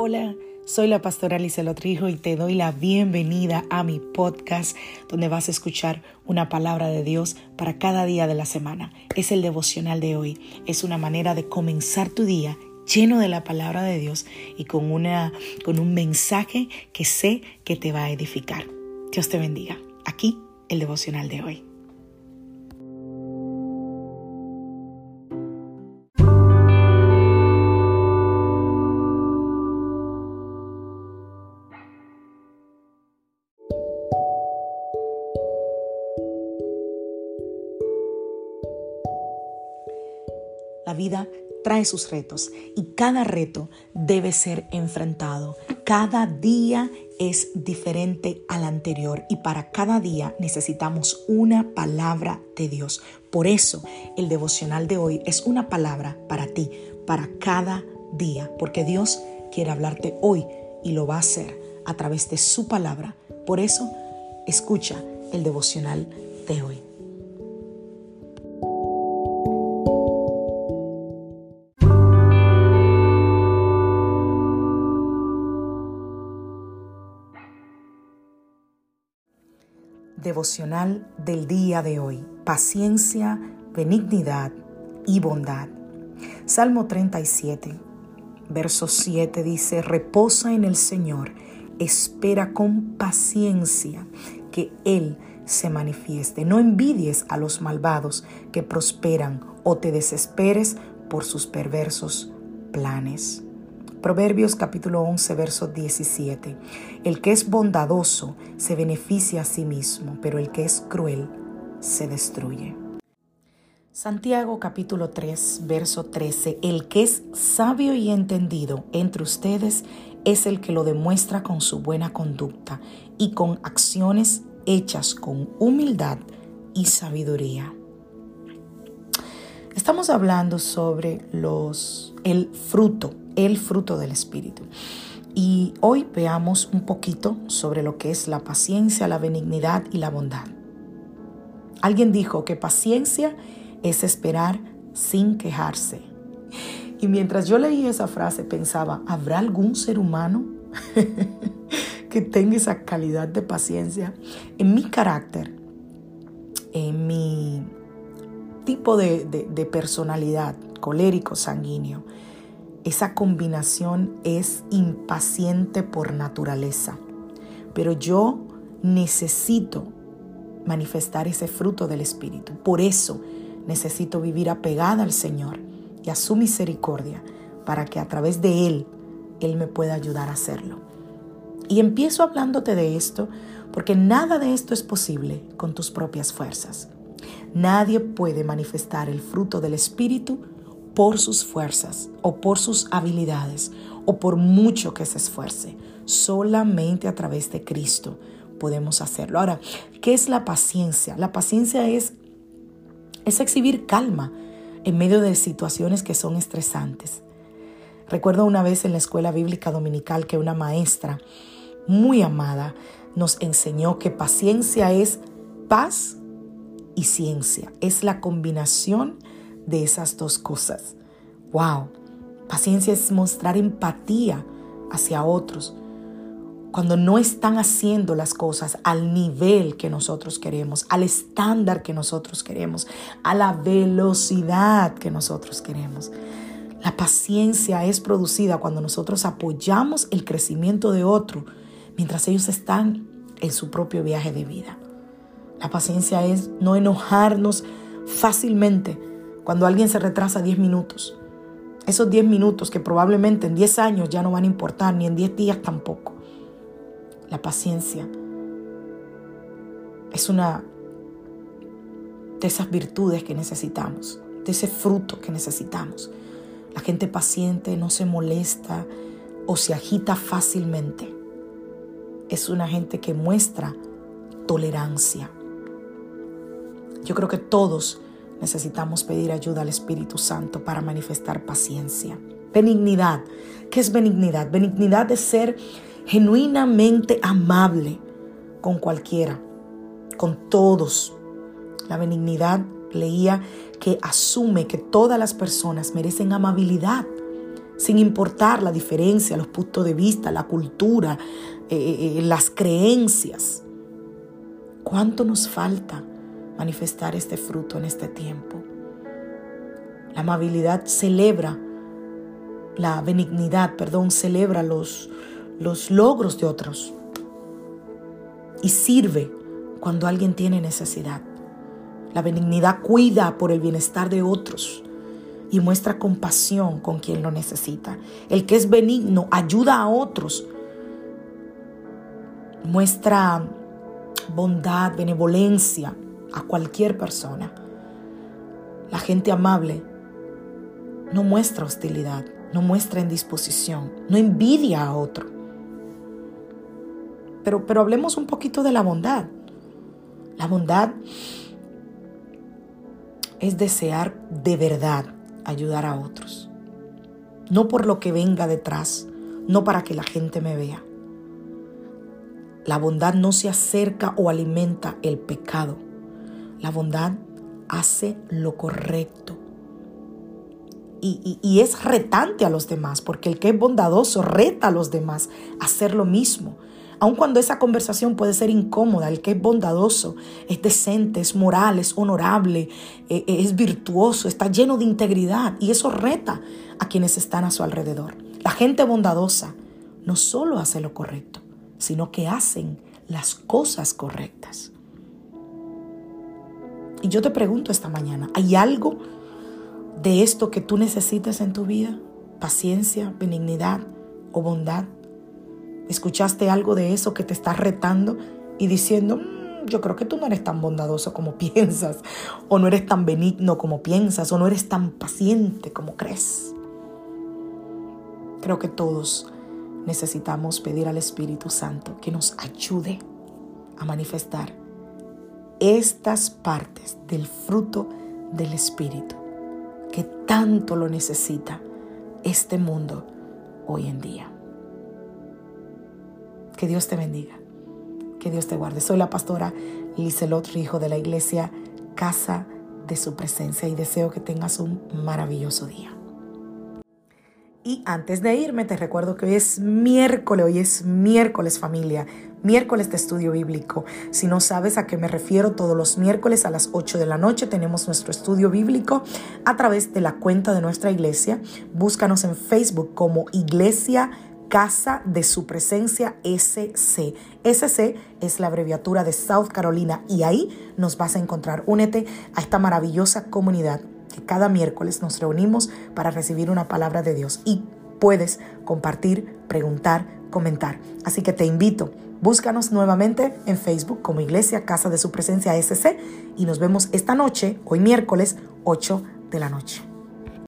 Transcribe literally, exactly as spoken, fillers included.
Hola, soy la pastora Lisela Trijo y te doy la bienvenida a mi podcast donde vas a escuchar una palabra de Dios para cada día de la semana. Es el devocional de hoy. Es una manera de comenzar tu día lleno de la palabra de Dios y con, una, con un mensaje que sé que te va a edificar. Dios te bendiga. Aquí el devocional de hoy. La vida trae sus retos y cada reto debe ser enfrentado. Cada día es diferente al anterior y para cada día necesitamos una palabra de Dios. Por eso el devocional de hoy es una palabra para ti, para cada día, porque Dios quiere hablarte hoy y lo va a hacer a través de su palabra. Por eso escucha el devocional de hoy. Devocional del día de hoy: paciencia, benignidad y bondad. Salmo treinta y siete, verso siete dice: reposa en el Señor, espera con paciencia que Él se manifieste. No envidies a los malvados que prosperan o te desesperes por sus perversos planes. Proverbios capítulo once, verso diecisiete. El que es bondadoso se beneficia a sí mismo, pero el que es cruel se destruye. Santiago capítulo tres, verso trece. El que es sabio y entendido entre ustedes es el que lo demuestra con su buena conducta y con acciones hechas con humildad y sabiduría. Estamos hablando sobre los, el fruto, el fruto del Espíritu. Y hoy veamos un poquito sobre lo que es la paciencia, la benignidad y la bondad. Alguien dijo que paciencia es esperar sin quejarse. Y mientras yo leía esa frase pensaba, ¿habrá algún ser humano que tenga esa calidad de paciencia? En mi carácter, en mi tipo de, de, de personalidad, colérico, sanguíneo, esa combinación es impaciente por naturaleza. Pero yo necesito manifestar ese fruto del Espíritu. Por eso necesito vivir apegada al Señor y a su misericordia para que a través de Él, Él me pueda ayudar a hacerlo. Y empiezo hablándote de esto porque nada de esto es posible con tus propias fuerzas. Nadie puede manifestar el fruto del Espíritu por sus fuerzas o por sus habilidades o por mucho que se esfuerce. Solamente a través de Cristo podemos hacerlo. Ahora, ¿qué es la paciencia? La paciencia es, es exhibir calma en medio de situaciones que son estresantes. Recuerdo una vez en la escuela bíblica dominical que una maestra muy amada nos enseñó que paciencia es paz y ciencia. Es la combinación de esas dos cosas. Wow, paciencia es mostrar empatía hacia otros cuando no están haciendo las cosas al nivel que nosotros queremos, al estándar que nosotros queremos, a la velocidad que nosotros queremos. La paciencia es producida cuando nosotros apoyamos el crecimiento de otro mientras ellos están en su propio viaje de vida. La paciencia es no enojarnos fácilmente cuando alguien se retrasa diez minutos. Esos diez minutos que probablemente en diez años ya no van a importar, ni en diez días tampoco. La paciencia es una de esas virtudes que necesitamos, de ese fruto que necesitamos. La gente paciente no se molesta o se agita fácilmente. Es una gente que muestra tolerancia. Yo creo que todos necesitamos pedir ayuda al Espíritu Santo para manifestar paciencia. Benignidad. ¿Qué es benignidad? Benignidad es ser genuinamente amable con cualquiera, con todos. La benignidad, leía, que asume que todas las personas merecen amabilidad, sin importar la diferencia, los puntos de vista, la cultura, eh, las creencias. ¿Cuánto nos falta manifestar este fruto en este tiempo? La amabilidad celebra, la benignidad, perdón, celebra los, los logros de otros y sirve cuando alguien tiene necesidad. La benignidad cuida por el bienestar de otros y muestra compasión con quien lo necesita. El que es benigno ayuda a otros, muestra bondad, benevolencia a cualquier persona. La gente amable no muestra hostilidad, no muestra indisposición, no envidia a otro. Pero, pero hablemos un poquito de la bondad. La bondad es desear de verdad ayudar a otros. No por lo que venga detrás, no para que la gente me vea. La bondad no se acerca o alimenta el pecado. La bondad hace lo correcto. Y, y, y es retante a los demás, porque el que es bondadoso reta a los demás a hacer lo mismo. Aun cuando esa conversación puede ser incómoda, el que es bondadoso es decente, es moral, es honorable, eh, es virtuoso, está lleno de integridad, y eso reta a quienes están a su alrededor. La gente bondadosa no solo hace lo correcto, sino que hacen las cosas correctas. Y yo te pregunto esta mañana, ¿hay algo de esto que tú necesitas en tu vida? ¿Paciencia, benignidad o bondad? ¿Escuchaste algo de eso que te está retando y diciendo, mmm, yo creo que tú no eres tan bondadoso como piensas, o no eres tan benigno como piensas, o no eres tan paciente como crees? Creo que todos necesitamos pedir al Espíritu Santo que nos ayude a manifestar estas partes del fruto del Espíritu que tanto lo necesita este mundo hoy en día. Que Dios te bendiga, que Dios te guarde. Soy la pastora Liselot Rijo de la iglesia Casa de Su Presencia y deseo que tengas un maravilloso día. Y antes de irme, te recuerdo que hoy es miércoles, hoy es miércoles familia, miércoles de estudio bíblico. Si no sabes a qué me refiero, todos los miércoles a las ocho de la noche tenemos nuestro estudio bíblico a través de la cuenta de nuestra iglesia. Búscanos en Facebook como Iglesia Casa de Su Presencia S C. S C es la abreviatura de South Carolina y ahí nos vas a encontrar. Únete a esta maravillosa comunidad que cada miércoles nos reunimos para recibir una palabra de Dios y puedes compartir, preguntar, comentar. Así que te invito, búscanos nuevamente en Facebook como Iglesia Casa de Su Presencia S C y nos vemos esta noche, hoy miércoles, ocho de la noche.